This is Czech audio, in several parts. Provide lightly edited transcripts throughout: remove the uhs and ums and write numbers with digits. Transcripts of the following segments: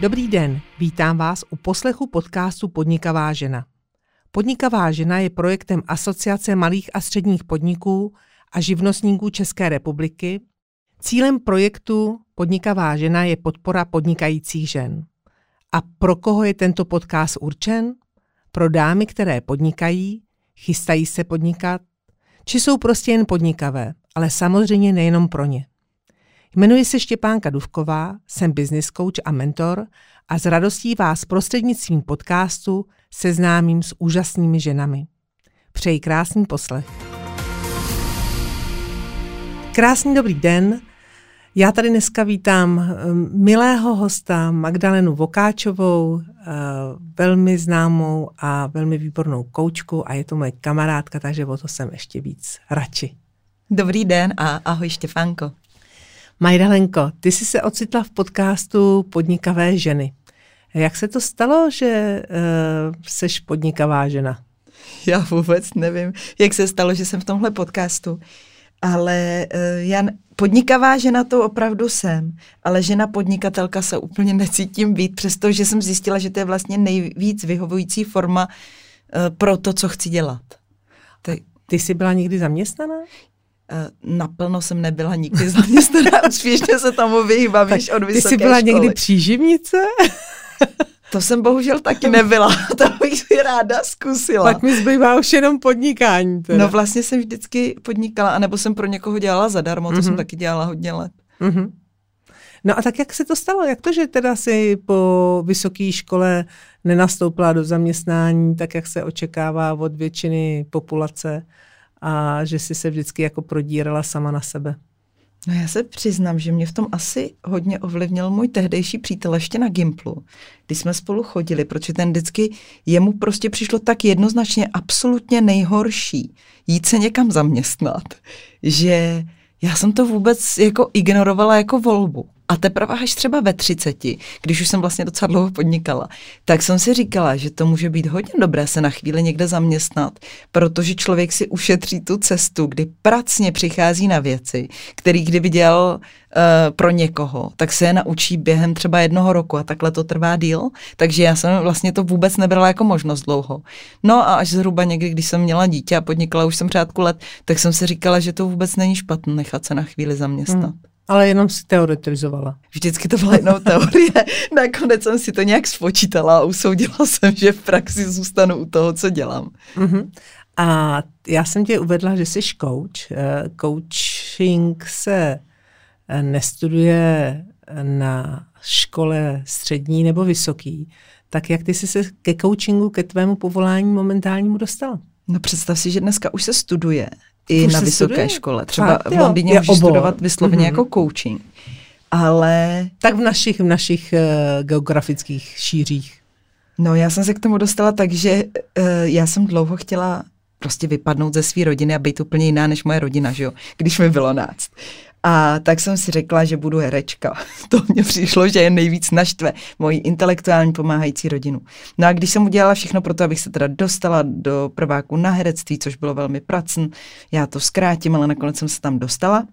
Dobrý den, vítám vás u poslechu podcastu Podnikavá žena. Podnikavá žena je projektem Asociace malých a středních podniků a živnostníků České republiky. Cílem projektu Podnikavá žena je podpora podnikajících žen. A pro koho je tento podcast určen? Pro dámy, které podnikají, chystají se podnikat, či jsou prostě jen podnikavé, ale samozřejmě nejenom pro ně. Jmenuji se Štěpánka Dufková, jsem business coach a mentor a s radostí vás prostřednictvím podcastu seznámím s úžasnými ženami. Přeji krásný poslech. Krásný dobrý den. Já tady dneska vítám milého hosta Magdalenu Vokáčovou, velmi známou a velmi výbornou koučku a je to moje kamarádka, takže o to jsem ještě víc radši. Dobrý den a ahoj Štěpánko. Magdalenko, ty jsi se ocitla v podcastu Podnikavé ženy. Jak se to stalo, že seš podnikavá žena? Já vůbec nevím, jak se stalo, že jsem v tomhle podcastu, ale já podnikavá žena to opravdu jsem, ale žena podnikatelka se úplně necítím být, přestože jsem zjistila, že to je vlastně nejvíc vyhovující forma pro to, co chci dělat. Ty jsi byla někdy zaměstnaná? Naplno jsem nebyla nikdy zaměstnaná, úspěšně se tomu vyhýbám, víš, od vysoké školy. Ty jsi byla někdy příživnice? To jsem bohužel taky nebyla, to bych si ráda zkusila. Pak mi zbývá už jenom podnikání. Teda. No vlastně jsem vždycky podnikala, anebo jsem pro někoho dělala zadarmo, to jsem taky dělala hodně let. No a tak jak se to stalo? Jak to, že teda si po vysoké škole nenastoupila do zaměstnání, tak jak se očekává od většiny populace a že jsi se vždycky jako prodírala sama na sebe? No já se přiznám, že mě v tom asi hodně ovlivnil můj tehdejší přítel ještě na Gimplu, když jsme spolu chodili, protože ten vždycky, jemu prostě přišlo tak jednoznačně absolutně nejhorší jít se někam zaměstnat, že já jsem to vůbec jako ignorovala jako volbu. A teprve až třeba ve 30, když už jsem vlastně docela dlouho podnikala, tak jsem si říkala, že to může být hodně dobré se na chvíli někde zaměstnat, protože člověk si ušetří tu cestu, kdy pracně přichází na věci, který kdyby dělal pro někoho, tak se je naučí během třeba 1 roku a takhle to trvá díl, takže já jsem vlastně to vůbec nebrala jako možnost dlouho. No a až zhruba někdy, když jsem měla dítě a podnikala už jsem řádku let, tak jsem si říkala, že to vůbec není špatné nechat se na chvíli zaměstnat. Ale jenom si teoretizovala. Vždycky to byla jenom teorie. Nakonec jsem si to nějak spočítala a usoudila jsem, že v praxi zůstanu u toho, co dělám. A já jsem tě uvedla, že jsi coach. Coaching se nestuduje na škole střední nebo vysoký. Tak jak ty jsi se ke coachingu, ke tvému povolání momentálnímu dostala? No představ si, že dneska už se studuje. I na vysoké škole. Třeba v Londýně můžeš studovat vysloveně jako coaching. Ale... Tak v našich geografických šířích. No já jsem se k tomu dostala tak, že já jsem dlouho chtěla prostě vypadnout ze své rodiny a být úplně jiná než moje rodina, že jo, když mi bylo 12. A tak jsem si řekla, že budu herečka. To mně přišlo, že je nejvíc naštve moji intelektuální pomáhající rodinu. No a když jsem udělala všechno pro to, abych se teda dostala do prváku na herectví, což bylo velmi pracn, já to zkrátím, ale nakonec jsem se tam dostala,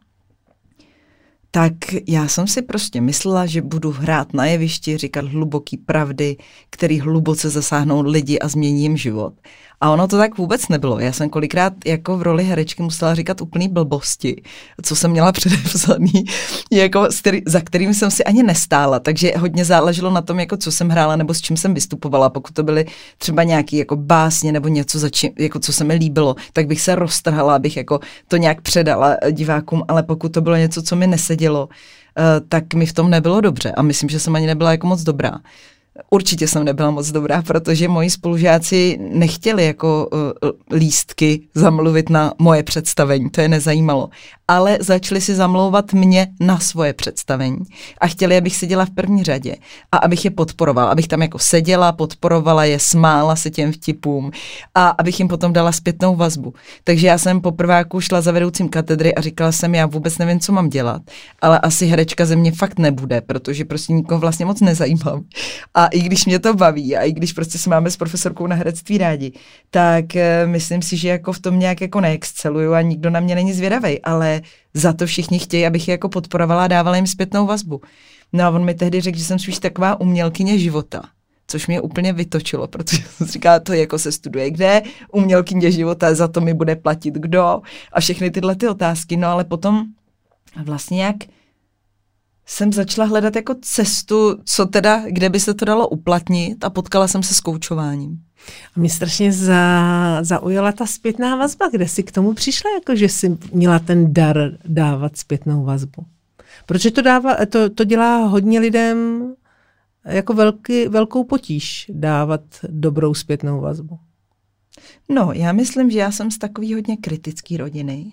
tak já jsem si prostě myslela, že budu hrát na jevišti, říkat hluboký pravdy, který hluboce zasáhnou lidi a změní jim život. A ono to tak vůbec nebylo. Já jsem kolikrát jako v roli herečky musela říkat úplný blbosti, co jsem měla předepsaný, jako za kterým jsem si ani nestála. Takže hodně záleželo na tom, jako co jsem hrála nebo s čím jsem vystupovala. Pokud to byly třeba nějaký jako básně nebo něco, jako co se mi líbilo, tak bych se roztrhala, abych jako to nějak předala divákům. Ale pokud to bylo něco, co mi nesedělo, tak mi v tom nebylo dobře. A myslím, že jsem ani nebyla jako moc dobrá. Určitě jsem nebyla moc dobrá, protože moji spolužáci nechtěli jako lístky zamluvit na moje představení, to je nezajímalo. Ale začali si zamlouvat mě na svoje představení a chtěli, abych seděla v první řadě a abych je podporovala, abych tam jako seděla, podporovala je, smála se těm vtipům a abych jim potom dala zpětnou vazbu. Takže já jsem poprváku šla za vedoucím katedry a říkala jsem, já vůbec nevím, co mám dělat, ale asi herečka ze mě fakt nebude, protože prostě nikoho vlastně moc nezajímám. A i když mě to baví a i když prostě se máme s profesorkou na herectví rádi, tak myslím si, že jako v tom nějak jako neexceluju a nikdo na mě není zvědavej, ale že za to všichni chtějí, abych je jako podporovala a dávala jim zpětnou vazbu. No a on mi tehdy řekl, že jsem spíš taková umělkyně života, což mě úplně vytočilo, protože jsem si říkala, to jako se studuje kde, umělkyně života, za to mi bude platit kdo a všechny tyhle ty otázky. No ale potom vlastně jak jsem začala hledat jako cestu, co teda, kde by se to dalo uplatnit a potkala jsem se s koučováním. A mě strašně zaujala ta zpětná vazba, kde jsi k tomu přišla, jako že jsi měla ten dar dávat zpětnou vazbu. Protože to dělá hodně lidem jako velkou potíž dávat dobrou zpětnou vazbu. No, já myslím, že já jsem z takový hodně kritický rodiny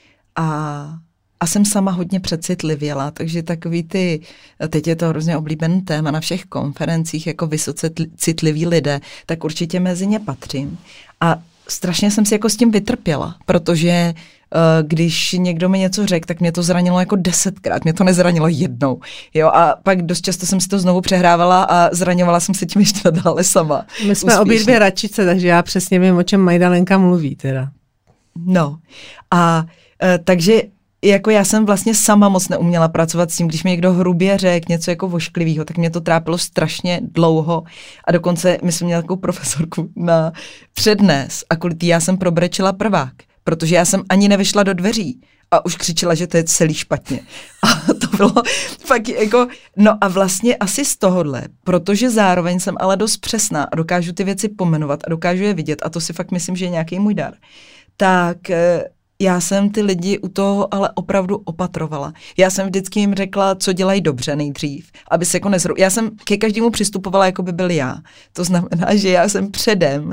a jsem sama hodně přecitlivěla, takže teď je to hrozně oblíbený téma na všech konferencích, jako vysoce citliví lidé, tak určitě mezi ně patřím. A strašně jsem si jako s tím vytrpěla, protože když někdo mi něco řekl, tak mě to zranilo jako 10krát, mě to nezranilo jednou. Jo, a pak dost často jsem si to znovu přehrávala a zraňovala jsem se tím ještě nadále sama. My jsme obě dvě radčice, takže já přesně vím, o čem Majdalenka mluví teda. No a takže jako já jsem vlastně sama moc neuměla pracovat s tím, když mi někdo hrubě řekl něco jako vošklivýho, tak mě to trápilo strašně dlouho a dokonce my jsme měli takovou profesorku na přednes a kvůli já jsem probrečela prvák, protože já jsem ani nevyšla do dveří a už křičela, že to je celý špatně. A to bylo fakt jako, no a vlastně asi z tohohle, protože zároveň jsem ale dost přesná a dokážu ty věci pomenovat a dokážu je vidět a to si fakt myslím, že je nějaký můj dar, tak já jsem ty lidi u toho ale opravdu opatrovala. Já jsem vždycky jim řekla, co dělají dobře nejdřív, aby se jako já jsem ke každému přistupovala, jako by byl já. To znamená, že já jsem předem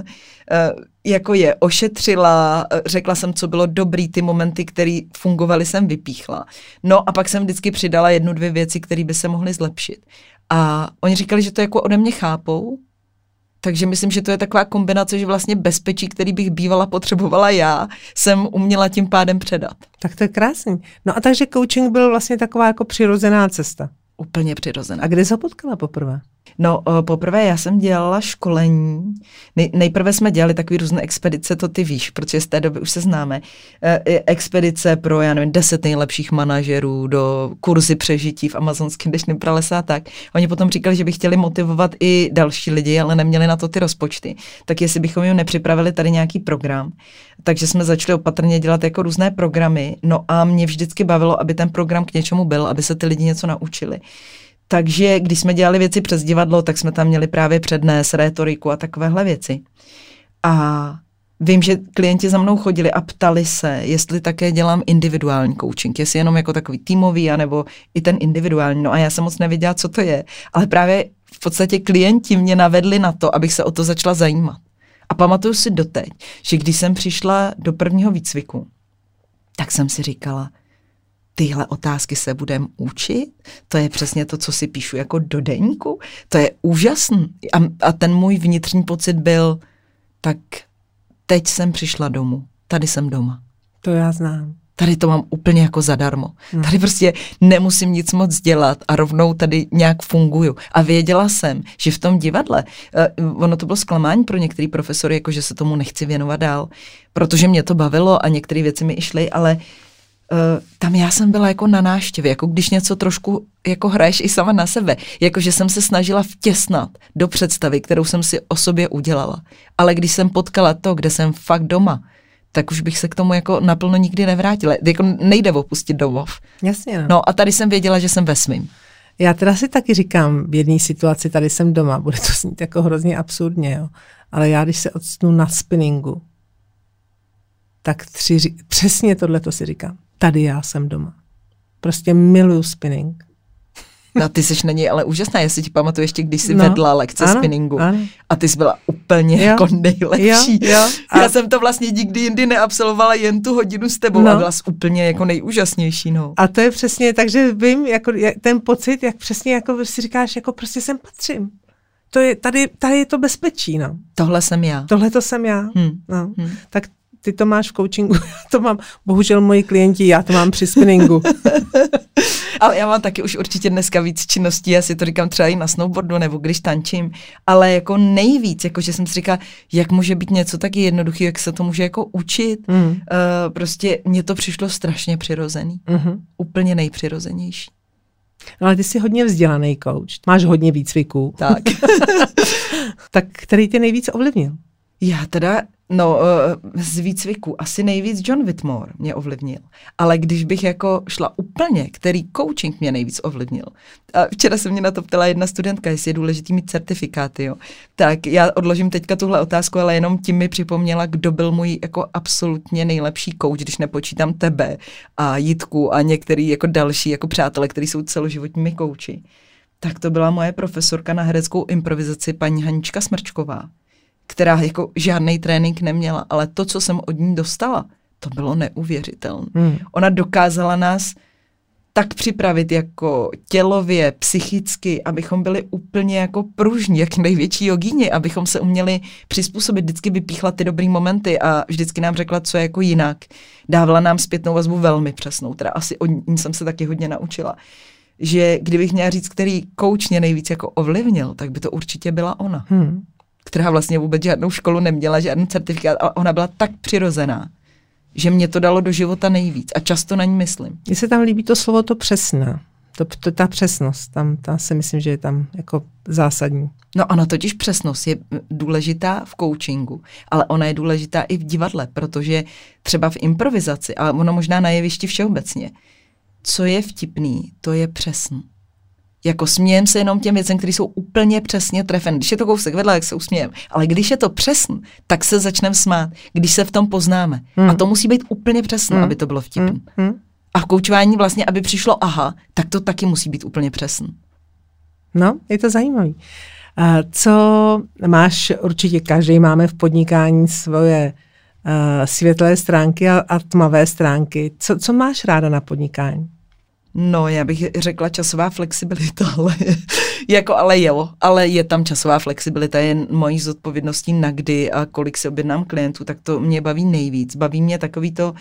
jako je ošetřila, řekla jsem, co bylo dobrý, ty momenty, které fungovaly, jsem vypíchla. No a pak jsem vždycky přidala 1-2 věci, které by se mohly zlepšit. A oni říkali, že to jako ode mě chápou, takže myslím, že to je taková kombinace, že vlastně bezpečí, který bych bývala potřebovala já, jsem uměla tím pádem předat. Tak to je krásný. No a takže coaching byl vlastně taková jako přirozená cesta. Úplně přirozená. A kde jsi ho potkala poprvé? No, poprvé já jsem dělala školení. Nejprve jsme dělali takový různé expedice, to ty víš, protože z té doby už se známe. Expedice pro, 10 nejlepších manažerů do kurzy přežití v amazonském deštném pralese a tak. Oni potom říkali, že by chtěli motivovat i další lidi, ale neměli na to ty rozpočty. Tak jestli bychom jim nepřipravili tady nějaký program. Takže jsme začali opatrně dělat jako různé programy. No a mě vždycky bavilo, aby ten program k něčemu byl, aby se ty lidi něco naučili. Takže když jsme dělali věci přes divadlo, tak jsme tam měli právě přednes, rétoriku a takovéhle věci. A vím, že klienti za mnou chodili a ptali se, jestli také dělám individuální coaching, jestli jenom jako takový týmový, anebo i ten individuální. No a já jsem moc nevěděla, co to je. Ale právě v podstatě klienti mě navedli na to, abych se o to začala zajímat. A pamatuju si doteď, že když jsem přišla do prvního výcviku, tak jsem si říkala, tyhle otázky se budeme učit, to je přesně to, co si píšu jako do deníku, to je úžasný. A ten můj vnitřní pocit byl, tak teď jsem přišla domů, tady jsem doma. To já znám. Tady to mám úplně jako zadarmo. Tady prostě nemusím nic moc dělat a rovnou tady nějak funguju. A věděla jsem, že v tom divadle, ono to bylo zklamání pro některý profesory, jako že se tomu nechci věnovat dál, protože mě to bavilo a některé věci mi i šly, ale tam já jsem byla jako na návštěvě, jako když něco trošku jako hraješ i sama na sebe, jakože jsem se snažila vtěsnat do představy, kterou jsem si o sobě udělala. Ale když jsem potkala to, kde jsem fakt doma, tak už bych se k tomu jako naplno nikdy nevrátila. Jako nejde opustit domov. Jasně, no. No a tady jsem věděla, že jsem ve svým. Já teda si taky říkám v jedné situaci, tady jsem doma, bude to snít jako hrozně absurdně, jo. Ale já, když se odstnu na spinningu, tak přesně tohleto si říkám. Tady já jsem doma. Prostě miluju spinning. No ty jsi na něj ale úžasná, jestli ti pamatuju ještě, když jsi vedla lekce spinningu. Ano. A ty jsi byla úplně jako nejlepší. Jo. Já jsem to vlastně nikdy jindy neabsolvovala, jen tu hodinu s tebou a byla jsi úplně jako nejúžasnější. No. A to je přesně, takže vím, jako ten pocit, jak přesně jako si říkáš, jako prostě sem patřím. To je, tady je to bezpečí, no. Tohle jsem já. Tohle to jsem já. Tak ty to máš v coachingu, já to mám, bohužel moji klienti, já to mám při spinningu. Ale já mám taky už určitě dneska víc činností, já si to říkám třeba i na snowboardu nebo když tančím, ale jako nejvíc, jako že jsem si říkala, jak může být něco taky jednoduchý, jak se to může jako učit. Prostě mně to přišlo strašně přirozený. Úplně nejpřirozenější. No, ale ty jsi hodně vzdělaný coach, máš hodně výcviků. Tak. Tak který tě nejvíc ovlivnil? Já teda, z výcviku asi nejvíc John Whitmore mě ovlivnil. Ale když bych jako šla úplně, který coaching mě nejvíc ovlivnil. A včera se mě na to ptala jedna studentka, jestli je důležitý mít certifikáty, jo. Tak já odložím teďka tuhle otázku, ale jenom tím mi připomněla, kdo byl můj jako absolutně nejlepší coach, když nepočítám tebe a Jitku a některý jako další jako přátelé, kteří jsou celoživotními kouči. Tak to byla moje profesorka na hereckou improvizaci, paní Hanička Smrčková, která jako žádný trénink neměla, ale to, co jsem od ní dostala, to bylo neuvěřitelné. Ona dokázala nás tak připravit jako tělově, psychicky, abychom byli úplně jako pružní, jak největší jogíni, abychom se uměli přizpůsobit, vždycky vypíchla ty dobrý momenty a vždycky nám řekla, co je jako jinak. Dávala nám zpětnou vazbu velmi přesnou, teda asi od ní jsem se taky hodně naučila. Že kdybych měla říct, který coach mě nejvíc jako ovlivnil, tak by to určitě byla ona. Která vlastně vůbec žádnou školu neměla, žádný certifikát, ale ona byla tak přirozená, že mě to dalo do života nejvíc a často na ní myslím. Mně se tam líbí to slovo to přesná, ta přesnost, tam si myslím, že je tam jako zásadní. No ona totiž přesnost je důležitá v coachingu, ale ona je důležitá i v divadle, protože třeba v improvizaci, ale ono možná na jevišti všeobecně, co je vtipný, to je přesný. Jako smějem se jenom těm věcem, které jsou úplně přesně trefené. Když je to kousek vedle, jak se usmějem. Ale když je to přesný, tak se začneme smát, když se v tom poznáme. A to musí být úplně přesné, aby to bylo vtipné. A v koučování vlastně, aby přišlo aha, tak to taky musí být úplně přesný. No, je to zajímavý. Co máš, určitě každý máme v podnikání svoje světlé stránky a tmavé stránky. Co máš ráda na podnikání? No, já bych řekla časová flexibilita, ale je tam časová flexibilita, je mojí zodpovědností na kdy a kolik si objednám klientů, tak to mě baví nejvíc. Baví mě takový to,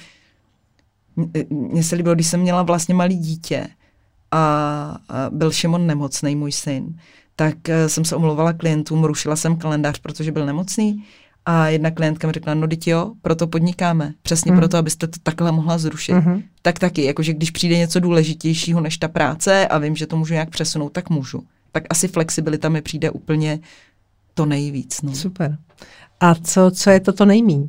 mně se líbilo, když jsem měla vlastně malý dítě a byl Šimon nemocnej, můj syn, tak jsem se omlouvala klientům, rušila jsem kalendář, protože byl nemocný. A jedna klientka mi řekla, no teď jo, proto podnikáme. Přesně proto, abyste to takhle mohla zrušit. Tak taky, jakože když přijde něco důležitějšího než ta práce a vím, že to můžu nějak přesunout, tak můžu. Tak asi flexibilita mi přijde úplně to nejvíc. No. Super. A co je to nejmíň?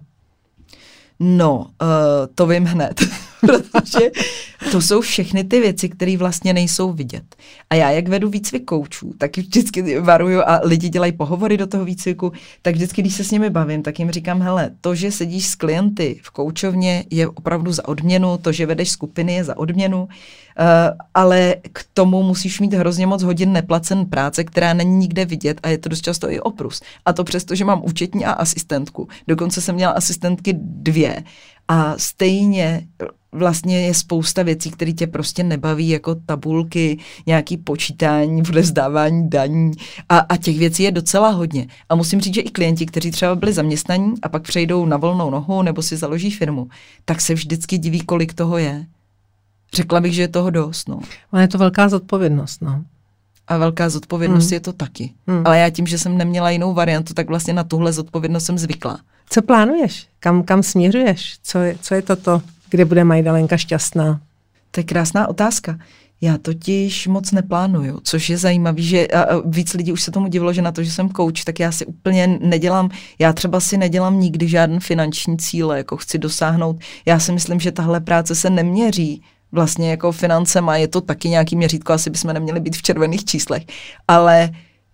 No, to vím hned, protože to jsou všechny ty věci, které vlastně nejsou vidět. A já, jak vedu výcvik koučů, tak vždycky varuju a lidi dělají pohovory do toho výcviku, tak vždycky, když se s nimi bavím, tak jim říkám, hele, to, že sedíš s klienty v koučovně, je opravdu za odměnu, to, že vedeš skupiny, je za odměnu, ale k tomu musíš mít hrozně moc hodin neplacen práce, která není nikde vidět a je to dost často i oprus. A to přesto, že mám účetní a asistentku. Dokonce jsem měla asistentky 2 a stejně vlastně je spousta věcí, které tě prostě nebaví, jako tabulky, nějaký počítání, vzdávání daní a těch věcí je docela hodně. A musím říct, že i klienti, kteří třeba byli zaměstnaní a pak přejdou na volnou nohu nebo si založí firmu, tak se vždycky diví, kolik toho je. Řekla bych, že je toho dost. No. Ale je to velká zodpovědnost. No. A velká zodpovědnost je to taky. Ale já tím, že jsem neměla jinou variantu, tak vlastně na tuhle zodpovědnost jsem zvykla. Co plánuješ? Kam směřuješ? Co je toto, kde bude Majdalenka šťastná? To je krásná otázka. Já totiž moc neplánuju, což je zajímavý, že víc lidí už se tomu divilo, že na to, že jsem coach, tak já si úplně nedělám, já třeba si nedělám nikdy žádný finanční cíle, jako chci dosáhnout. Já si myslím, že tahle práce se neměří vlastně jako financema, je to taky nějaký měřítko, asi bychom neměli být v červených číslech, ale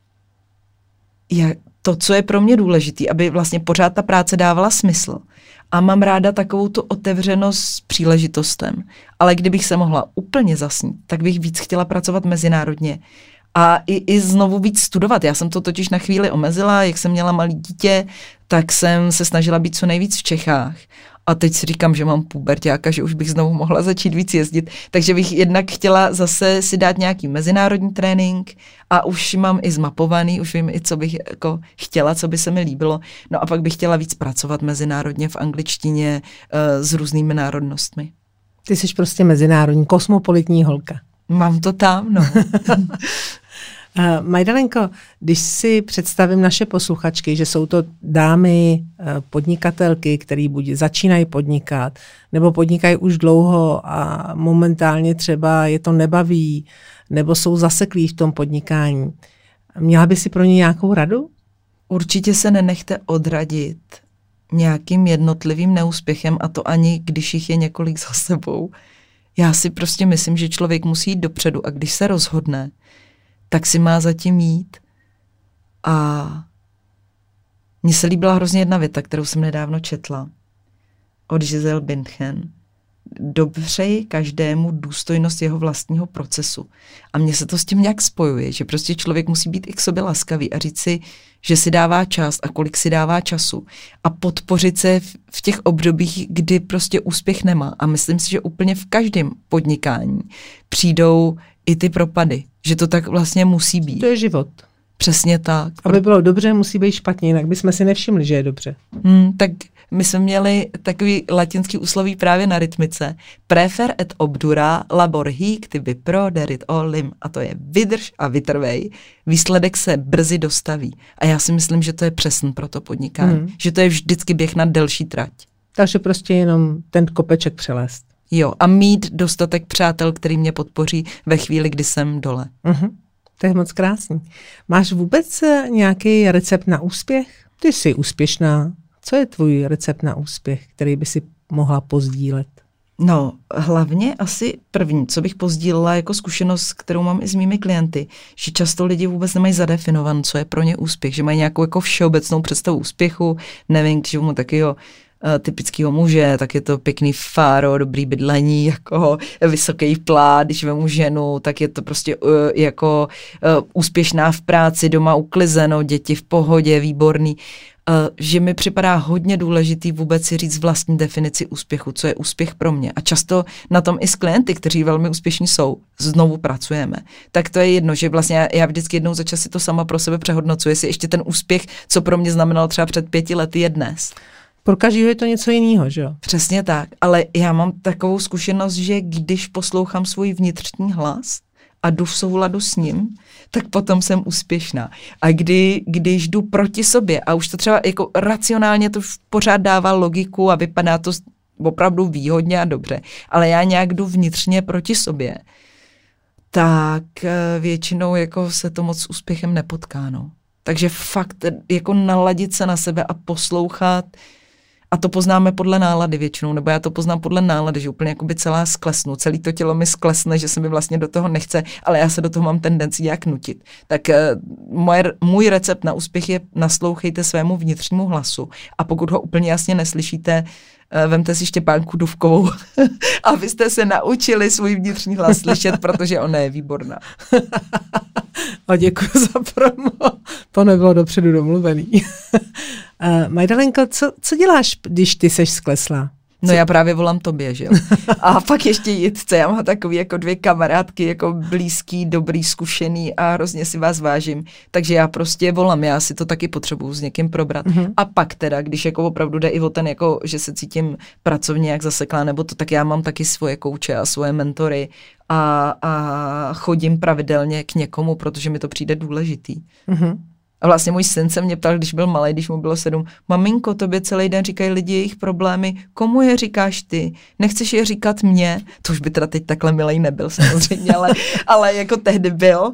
to, co je pro mě důležité, aby vlastně pořád ta práce dávala smysl. A mám ráda takovou tu otevřenost s příležitostem. Ale kdybych se mohla úplně zasnít, tak bych víc chtěla pracovat mezinárodně. A i znovu víc studovat. Já jsem to totiž na chvíli omezila, jak jsem měla malé dítě, tak jsem se snažila být co nejvíc v Čechách. A teď si říkám, že mám puberťáka, že už bych znovu mohla začít víc jezdit. Takže bych jednak chtěla zase si dát nějaký mezinárodní trénink a už mám i zmapovaný, už vím i, co bych jako chtěla, co by se mi líbilo. No a pak bych chtěla víc pracovat mezinárodně v angličtině s různými národnostmi. Ty jsi prostě mezinárodní, kosmopolitní holka. Mám to tam, no. Majdalenko, když si představím naše posluchačky, že jsou to dámy podnikatelky, které buď začínají podnikat, nebo podnikají už dlouho a momentálně třeba je to nebaví, nebo jsou zaseklí v tom podnikání. Měla by si pro ně nějakou radu? Určitě se nenechte odradit nějakým jednotlivým neúspěchem, a to ani když jich je několik za sebou. Já si prostě myslím, že člověk musí jít dopředu a když se rozhodne, tak si má zatím jít. A mně se líbila hrozně jedna věta, kterou jsem nedávno četla od Giselle Bündchen. Dopřeji každému důstojnost jeho vlastního procesu. A mně se to s tím nějak spojuje, že prostě člověk musí být i k sobě laskavý a říct si, že si dává čas a kolik si dává času. A podpořit se v těch obdobích, kdy prostě úspěch nemá. A myslím si, že úplně v každém podnikání přijdou i ty propady. Že to tak vlastně musí být. To je život. Přesně tak. Aby bylo dobře, musí být špatně, jinak bychom si nevšimli, že je dobře. Tak my jsme měli takový latinský úsloví právě na rytmice. Prefer et obdura labor hic tibi proderit olim. A to je vydrž a vytrvej. Výsledek se brzy dostaví. A já si myslím, že to je přesně pro to podnikání. Že to je vždycky běh na delší trať. Takže prostě jenom ten kopeček přelézt. Jo, a mít dostatek přátel, který mě podpoří ve chvíli, kdy jsem dole. To je moc krásný. Máš vůbec nějaký recept na úspěch? Ty jsi úspěšná. Co je tvůj recept na úspěch, který by si mohla pozdílet? No, hlavně asi první, co bych pozdílela jako zkušenost, kterou mám i s mými klienty, že často lidi vůbec nemají zadefinovan, co je pro ně úspěch, že mají nějakou jako všeobecnou představu úspěchu, nevím, když mu takového typického muže, tak je to pěkný fáro, dobrý bydlení, jako vysoký plát, když vemu ženu, tak je to prostě jako úspěšná v práci, doma uklizeno, děti v pohodě, výborný. Že mi připadá hodně důležitý vůbec si říct vlastní definici úspěchu, co je úspěch pro mě. A často na tom i s klienty, kteří velmi úspěšní jsou, znovu pracujeme. Tak to je jedno, že vlastně já vždycky jednou za čas si to sama pro sebe přehodnocuji, jestli ještě ten úspěch, co pro mě znamenal třeba před 5 lety, je dnes. Pro každého je to něco jiného, že jo? Přesně tak, ale já mám takovou zkušenost, že když poslouchám svůj vnitřní hlas a jdu v souladu s ním, tak potom jsem úspěšná. A když jdu proti sobě a už to třeba jako racionálně to pořád dává logiku a vypadá to opravdu výhodně a dobře, ale já nějak jdu vnitřně proti sobě, tak většinou jako se to moc s úspěchem nepotká, no. Takže fakt jako naladit se na sebe a poslouchat. A to poznáme podle nálady většinou, nebo já to poznám podle nálady, že úplně jakoby celá sklesnu, celé to tělo mi sklesne, že se mi vlastně do toho nechce, ale já se do toho mám tendenci nějak nutit. Tak můj recept na úspěch je naslouchejte svému vnitřnímu hlasu a pokud ho úplně jasně neslyšíte, vemte si Štěpánku Dufkovou, abyste se naučili svůj vnitřní hlas slyšet, protože ona je výborná. A děkuji za promo. To nebylo dopředu domluvený. Majdalenko, co děláš, když ty seš skleslá? No já právě volám tobě, že jo. A pak ještě Jitce, já mám takový jako 2 kamarádky, jako blízký, dobrý, zkušený a hrozně si vás vážím. Takže já prostě volám, já si to taky potřebuju s někým probrat. A pak teda, když jako opravdu jde i o ten, jako, že se cítím pracovně jak zaseklá, nebo to, tak já mám taky svoje kouče a svoje mentory a chodím pravidelně k někomu, protože mi to přijde důležitý. A vlastně můj syn se mě ptal, když byl malý, když mu bylo 7, maminko, tobě celý den říkají lidi jejich problémy, komu je říkáš ty? Nechceš je říkat mně? To už by teda teď takhle milej nebyl samozřejmě, ale jako tehdy byl.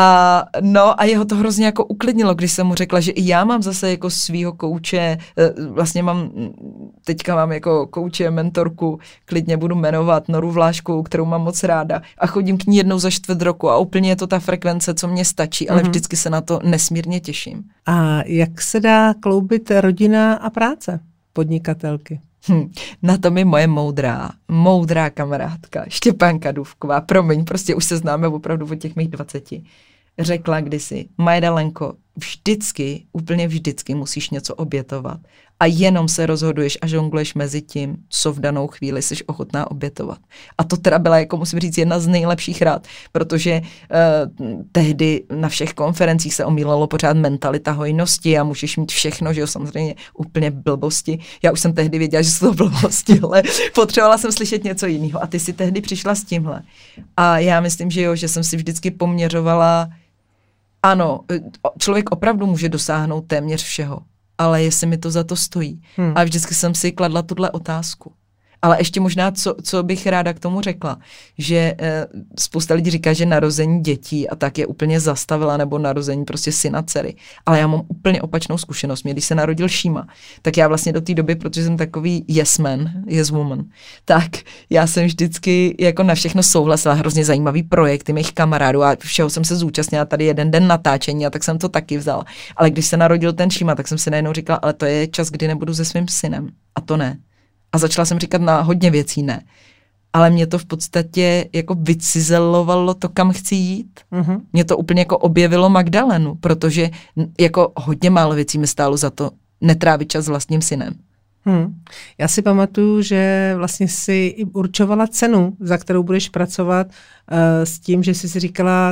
A jeho to hrozně jako uklidnilo, když jsem mu řekla, že i já mám zase jako svýho kouče, vlastně teďka mám jako kouče, mentorku, klidně budu jmenovat Noru Vlášku, kterou mám moc ráda a chodím k ní jednou za 4 roku a úplně je to ta frekvence, co mě stačí, ale vždycky se na to nesmírně těším. A jak se dá kloubit rodina a práce podnikatelky? Na to mi moje moudrá kamarádka Štěpánka Dufková, promiň, prostě už se známe opravdu od těch mých 20, řekla kdysi, Majdalenko, úplně vždycky musíš něco obětovat a jenom se rozhoduješ a žongluješ mezi tím, co v danou chvíli jsi ochotná obětovat. A to teda byla, jako musím říct, jedna z nejlepších rád, protože tehdy na všech konferencích se omílalo pořád mentalita hojnosti a můžeš mít všechno, že jo, samozřejmě úplně blbosti. Já už jsem tehdy věděla, že jsou to blbosti, ale potřebovala jsem slyšet něco jiného. A ty si tehdy přišla s tímhle. A já myslím, že jo, že jsem si vždycky poměřovala, ano, člověk opravdu může dosáhnout téměř všeho, ale jestli mi to za to stojí. A vždycky jsem si kladla tuhle otázku. Ale ještě možná, co bych ráda k tomu řekla, že spousta lidí říká, že narození dětí a tak je úplně zastavila, nebo narození prostě syna, dcery. Ale já mám úplně opačnou zkušenost. Mě, když se narodil Šíma, tak já vlastně do té doby, protože jsem takový yes man, yes woman, tak já jsem vždycky jako na všechno souhlasila, hrozně zajímavý projekty mých kamarádů a všeho jsem se zúčastnila, tady jeden den natáčení a tak jsem to taky vzala. Ale když se narodil ten Šíma, tak jsem si najednou říkala, ale to je čas, kdy nebudu se svým synem. A to ne. A začala jsem říkat na hodně věcí ne. Ale mě to v podstatě jako vycizelovalo to, kam chci jít. Mě to úplně jako objevilo Magdalenu, protože jako hodně málo věcí mi stálo za to netrávit čas s vlastním synem. Já si pamatuju, že vlastně si i určovala cenu, za kterou budeš pracovat s tím, že jsi si říkala,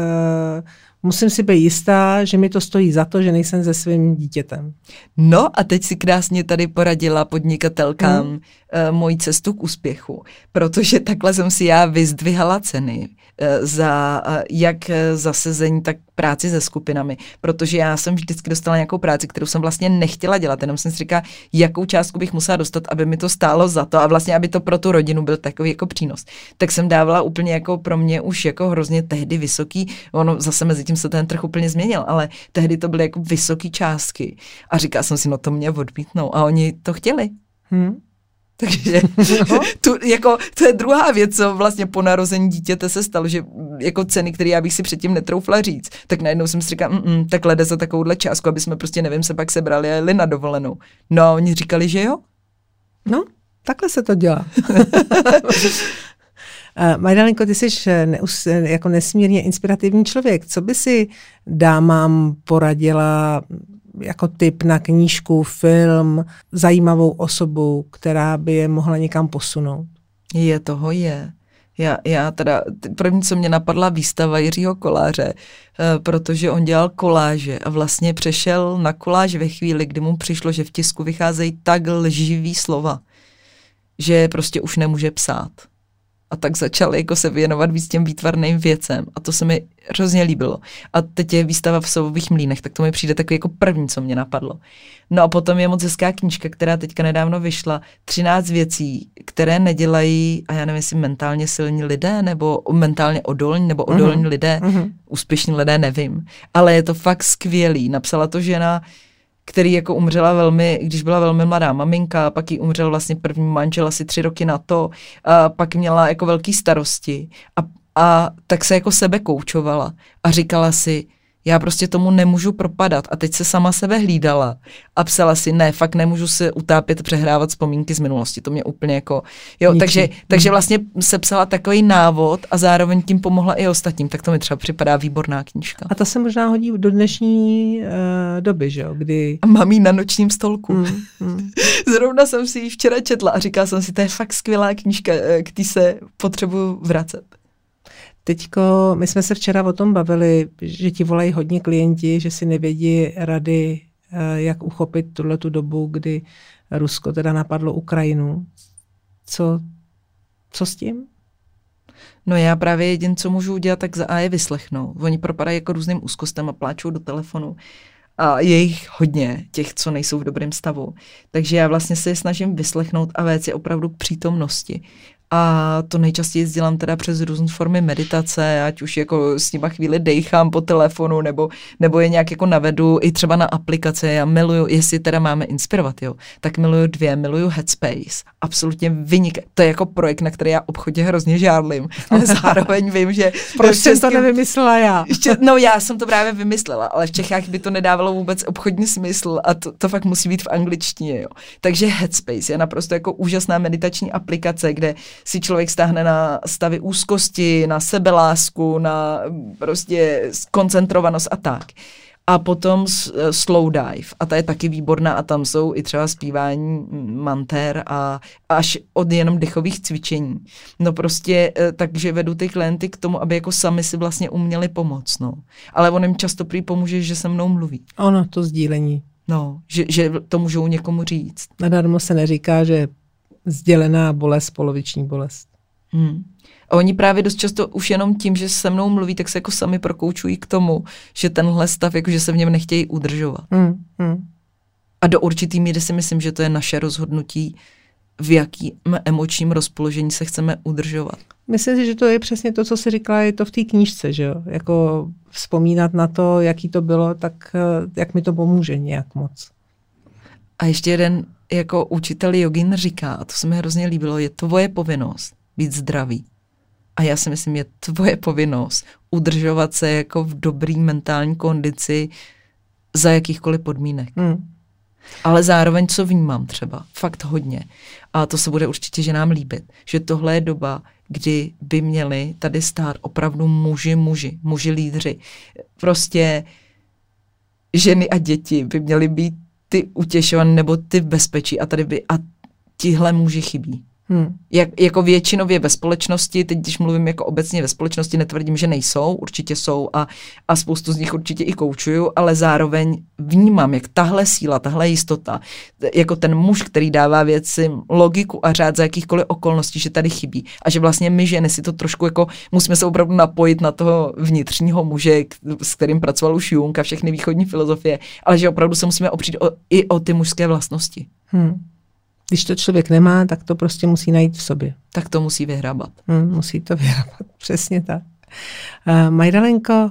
musím si být jistá, že mi to stojí za to, že nejsem se svým dítětem. No a teď si krásně tady poradila podnikatelkám moji cestu k úspěchu, protože takhle jsem si já vyzdvihala ceny za jak zasezení, tak práci se skupinami, protože já jsem vždycky dostala nějakou práci, kterou jsem vlastně nechtěla dělat, jenom jsem si říkala, jakou částku bych musela dostat, aby mi to stálo za to a vlastně, aby to pro tu rodinu byl takový jako přínos. Tak jsem dávala úplně jako pro mě už jako hrozně tehdy vysoký, ono zase mezi tím se ten trh úplně změnil, ale tehdy to byly jako vysoký částky a říkala jsem si, no to mě odmítnou a oni to chtěli. Takže to je druhá věc, co vlastně po narození dítěte se stalo, že jako ceny, které já bych si předtím netroufla říct, tak najednou jsem si říkala, takhle jde za takovouhle částku, aby jsme prostě, nevím, se pak sebrali a jeli na dovolenou. No a oni říkali, že jo? No, takhle se to dělá. Magdalenko, ty jsi jako nesmírně inspirativní člověk. Co by si dámám poradila jako tip na knížku, film, zajímavou osobu, která by je mohla někam posunout? Je. Já teda, první, co mě napadla, výstava Jiřího Koláře, protože on dělal koláže a vlastně přešel na koláž ve chvíli, kdy mu přišlo, že v tisku vycházejí tak lživý slova, že prostě už nemůže psát. A tak začal jako se věnovat víc těm výtvarným věcem a to se mi hrozně líbilo. A teď je výstava v Sovových mlýnech, tak to mi přijde takový jako první, co mě napadlo. No a potom je moc hezká knížka, která teďka nedávno vyšla, 13 věcí, které nedělají, a já nevím, jestli mentálně silní lidé, nebo mentálně odolní, nebo odolní lidé, úspěšní lidé, nevím. Ale je to fakt skvělý. Napsala to žena, který jako umřela když byla velmi mladá maminka, pak jí umřel vlastně první manžel asi 3 roky na to, a pak měla jako velký starosti a tak se jako sebe koučovala a říkala si, já prostě tomu nemůžu propadat a teď se sama sebe hlídala a psala si, ne, fakt nemůžu se utápět, přehrávat vzpomínky z minulosti, to mě úplně jako, jo, takže vlastně se psala takový návod a zároveň tím pomohla i ostatním, tak to mi třeba připadá výborná knížka. A ta se možná hodí do dnešní doby, že jo, kdy... A mám jí na nočním stolku. Zrovna jsem si ji včera četla a říkala jsem si, to je fakt skvělá knížka, k té se potřebuju vracet. Teďko, my jsme se včera o tom bavili, že ti volají hodně klienti, že si nevědí rady, jak uchopit tuhletu dobu, kdy Rusko teda napadlo Ukrajinu. Co s tím? No já právě jediné, co můžu udělat, tak za A je vyslechnout. Oni propadají jako různým úzkostem a pláčou do telefonu. A je jich hodně, těch, co nejsou v dobrém stavu. Takže já vlastně se je snažím vyslechnout a vést je opravdu k přítomnosti. A to nejčastěji dělám teda přes různé formy meditace, ať už jako s nima chvíli dejchám po telefonu, nebo je nějak jako navedu i třeba na aplikace. Já miluju, jestli teda máme inspirovat, jo, tak miluju Headspace. Absolutně vynikají. To je jako projekt, na který já obchodně hrozně žádlím, ale zároveň vím, že... Proč jsem to nevymyslela já? No já jsem to právě vymyslela, ale v Čechách by to nedávalo vůbec obchodní smysl a to fakt musí být v angličtině, jo. Takže Headspace je naprosto jako úžasná meditační aplikace, kde si člověk stáhne na stavy úzkosti, na sebelásku, na prostě koncentrovanost a tak. A potom Slow Dive, a ta je taky výborná a tam jsou i třeba zpívání manter a až od jenom dechových cvičení. No prostě, takže vedu ty klienty k tomu, aby jako sami si vlastně uměli pomoct, no. Ale on jim často prý pomůže, že se mnou mluví. Ono, to sdílení. No, že to můžou někomu říct. Nadarmo se neříká, že sdělená bolest, poloviční bolest. A oni právě dost často už jenom tím, že se mnou mluví, tak se jako sami prokoučují k tomu, že tenhle stav, jakože se v něm nechtějí udržovat. A do určitý míry si myslím, že to je naše rozhodnutí, v jakým emočním rozpoložení se chceme udržovat. Myslím si, že to je přesně to, co jsi říkala, je to v té knížce, že jo? Jako vzpomínat na to, jaký to bylo, tak jak mi to pomůže nějak moc. A ještě jeden jako učitel jogin říká, a to se mi hrozně líbilo, je tvoje povinnost být zdravý. A já si myslím, je tvoje povinnost udržovat se jako v dobrý mentální kondici za jakýchkoliv podmínek. Ale zároveň, co vnímám třeba, fakt hodně, a to se bude určitě ženám líbit, že tohle je doba, kdy by měli tady stát opravdu muži lídři. Prostě ženy a děti by měly být ty utěšované nebo ty v bezpečí a tihle muži chybí. Jako většinově ve společnosti, teď když mluvím jako obecně ve společnosti, netvrdím, že nejsou, určitě jsou a spoustu z nich určitě i koučuju, ale zároveň vnímám, jak tahle síla, tahle jistota, jako ten muž, který dává věcem logiku a řád za jakýchkoliv okolností, že tady chybí a že vlastně my ženy si to trošku jako musíme se opravdu napojit na toho vnitřního muže, s kterým pracoval už Jung a všechny východní filozofie, ale že opravdu se musíme opřít i o ty mužské vlastnosti. Když to člověk nemá, tak to prostě musí najít v sobě. Tak to musí vyhrabat. Musí to vyhrabat, přesně tak. Majdalenko,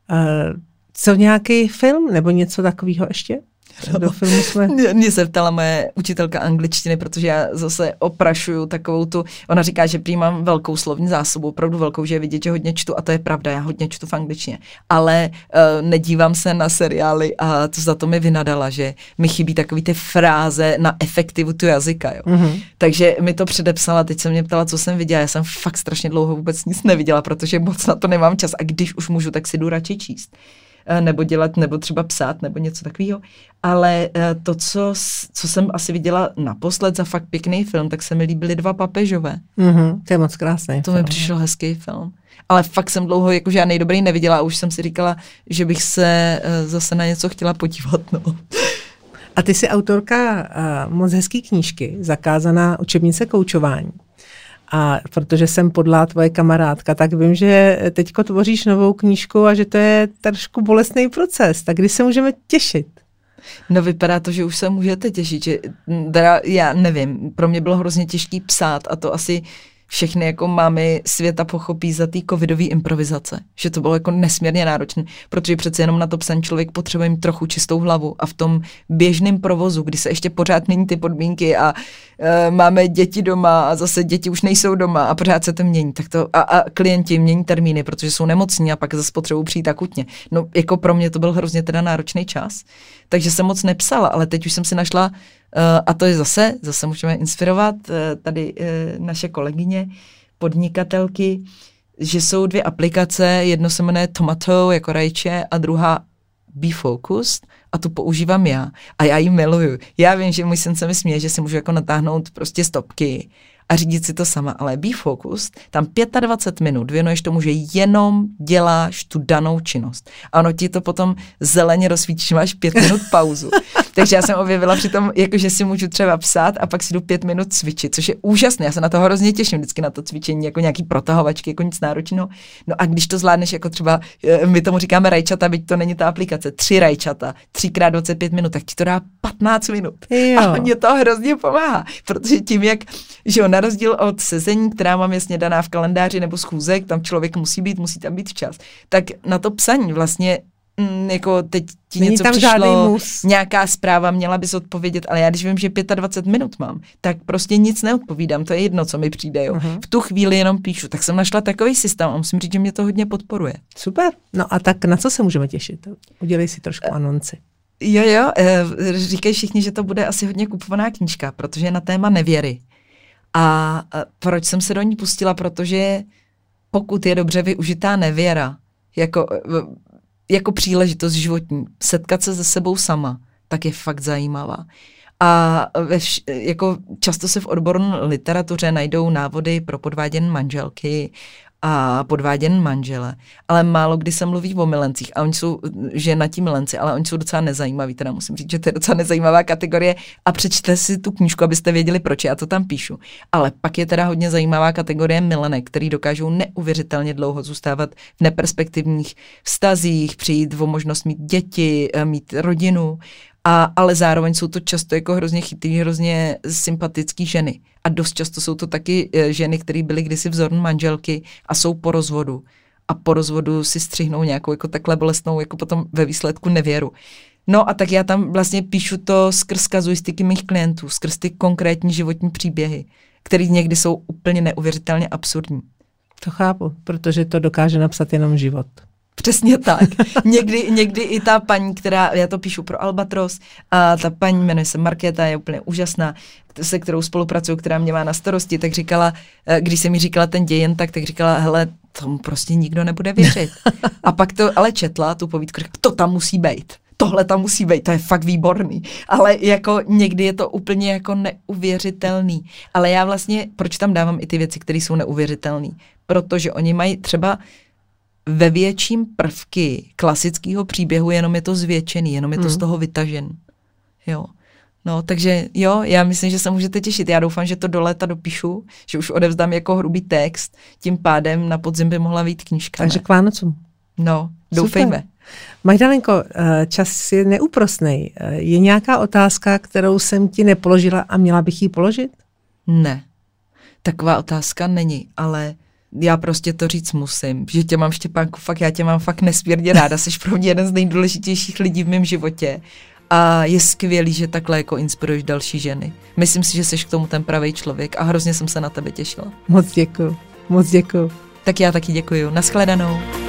co nějaký film nebo něco takového ještě? Do filmu jsme... Mě se ptala moje učitelka angličtiny, protože já zase oprašuju takovou tu, ona říká, že prý mám velkou slovní zásobu, opravdu velkou, že je vidět, že hodně čtu a to je pravda, já hodně čtu v angličtině, ale nedívám se na seriály a to za to mi vynadala, že mi chybí takový ty fráze na efektivitu jazyka, jo. Takže mi to předepsala, teď se mě ptala, co jsem viděla, já jsem fakt strašně dlouho vůbec nic neviděla, protože moc na to nemám čas a když už můžu, tak si jdu radši číst. Nebo dělat, nebo třeba psát, nebo něco takového. Ale to, co jsem asi viděla naposled za fakt pěkný film, tak se mi líbily Dva papežové. To je moc krásný. To mi přišel hezký film. Ale fakt jsem dlouho jako žádnej dobrý neviděla a už jsem si říkala, že bych se zase na něco chtěla podívat. No. A ty jsi autorka moc hezký knížky, Zakázaná učebnice koučování. A protože jsem podlá tvoje kamarádka, tak vím, že teďko tvoříš novou knížku a že to je trošku bolestný proces. Tak kdy se můžeme těšit? No vypadá to, že už se můžete těšit. Že, já nevím, pro mě bylo hrozně těžký psát a to asi všechny jako mámy světa pochopí za té covidové improvizace. Že to bylo jako nesmírně náročné, protože přece jenom na to psaní člověk potřebuje mít trochu čistou hlavu a v tom běžném provozu, kdy se ještě pořád mění ty podmínky a máme děti doma a zase děti už nejsou doma a pořád se to mění. Tak to, a klienti mění termíny, protože jsou nemocní a pak zase potřebují přijít akutně. No jako pro mě to byl hrozně teda náročný čas, takže jsem moc nepsala, ale teď už jsem si našla a to je zase můžeme inspirovat tady naše kolegyně, podnikatelky, že jsou 2 aplikace, jedno se jmenuje Tomato jako rajče a druhá Be Focused a tu používám já a já ji miluju. Já vím, že můj syn se mi směje, že si můžu jako natáhnout prostě stopky a řídit si to sama, ale Be Focused, tam 25 minut věnuješ tomu, že jenom děláš tu danou činnost. A ono ti to potom zeleně rozsvítí, že máš 5 minut pauzu. Takže já jsem objevila při tom, jakože si můžu třeba psát a pak si jdu 5 minut cvičit, což je úžasné. Já se na to hrozně těším vždycky na to cvičení, jako nějaký protahovačky, jako nic náročného. No a když to zvládneš, jako třeba, my tomu říkáme rajčata, byť to není ta aplikace, 3 rajčata, 3x25 minut, tak ti to dá 15 minut. Jo. A mě to hrozně pomáhá, protože tím, jak, že na rozdíl od sezení, která mám jasně daná v kalendáři nebo schůzek, tam člověk musí tam být včas, tak na to psaní vlastně jako teď ti není něco přišlo, nějaká zpráva, měla bys odpovědět, ale já když vím, že 25 minut mám, tak prostě nic neodpovídám, to je jedno, co mi přijde, jo. V tu chvíli jenom píšu, tak jsem našla takový systém a musím říct, že mě to hodně podporuje. Super, no a tak na co se můžeme těšit? Udělej si trošku anonci. Jo, říkají všichni, že to bude asi hodně kupovaná knížka, protože je na téma nevěry. A proč jsem se do ní pustila? Protože pokud je dobře využitá nevěra, jako jako příležitost životní, setkat se se sebou sama, tak je fakt zajímavá. A jako často se v odborné literatuře najdou návody pro podváděné manželky a podváděné manžele, ale málo kdy se mluví o milencích a oni jsou ženatí milenci, ale oni jsou docela nezajímaví, teda musím říct, že to je docela nezajímavá kategorie a přečte si tu knížku, abyste věděli, proč já to tam píšu. Ale pak je teda hodně zajímavá kategorie milenek, který dokážou neuvěřitelně dlouho zůstávat v neperspektivních vztazích, přijít o možnost mít děti, mít rodinu, ale zároveň jsou to často jako hrozně chytrý, hrozně sympatický ženy. A dost často jsou to taky ženy, které byly kdysi vzorné manželky a jsou po rozvodu. A po rozvodu si střihnou nějakou jako takhle bolestnou, jako potom ve výsledku nevěru. No a tak já tam vlastně píšu to skrz kazuistiky mých klientů, skrz ty konkrétní životní příběhy, které někdy jsou úplně neuvěřitelně absurdní. To chápu, protože to dokáže napsat jenom život. Přesně tak. Někdy i ta paní, já to píšu pro Albatros, a ta paní jmenuje se Markéta, je úplně úžasná, se kterou spolupracuju, která mě má na starosti, tak říkala, když se mi říkala ten děj tak říkala, hele, tomu prostě nikdo nebude věřit. A pak to ale četla, tu povídku, to tam musí být. Tohle tam musí být, to je fakt výborný. Ale jako někdy je to úplně jako neuvěřitelný. Ale já vlastně, proč tam dávám i ty věci, které jsou neuvěřitelné? Protože oni mají třeba ve větším prvky klasického příběhu, jenom je to zvětšený, jenom je to z toho vytažen. Jo. No, takže jo, já myslím, že se můžete těšit. Já doufám, že to do léta dopíšu, že už odevzdám jako hrubý text, tím pádem na podzim by mohla vyjít knížka. Takže k Vánocům. No, doufejme. Super. Magdalenko, čas je neúprosnej. Je nějaká otázka, kterou jsem ti nepoložila a měla bych ji položit? Ne, taková otázka není, ale já prostě to říct musím, že tě mám, Štěpánku, já tě mám fakt nesmírně ráda, jsi pro mě jeden z nejdůležitějších lidí v mém životě a je skvělý, že takhle jako inspiruješ další ženy. Myslím si, že jsi k tomu ten pravý člověk a hrozně jsem se na tebe těšila. Moc děkuju. Tak já taky děkuju. Nashledanou.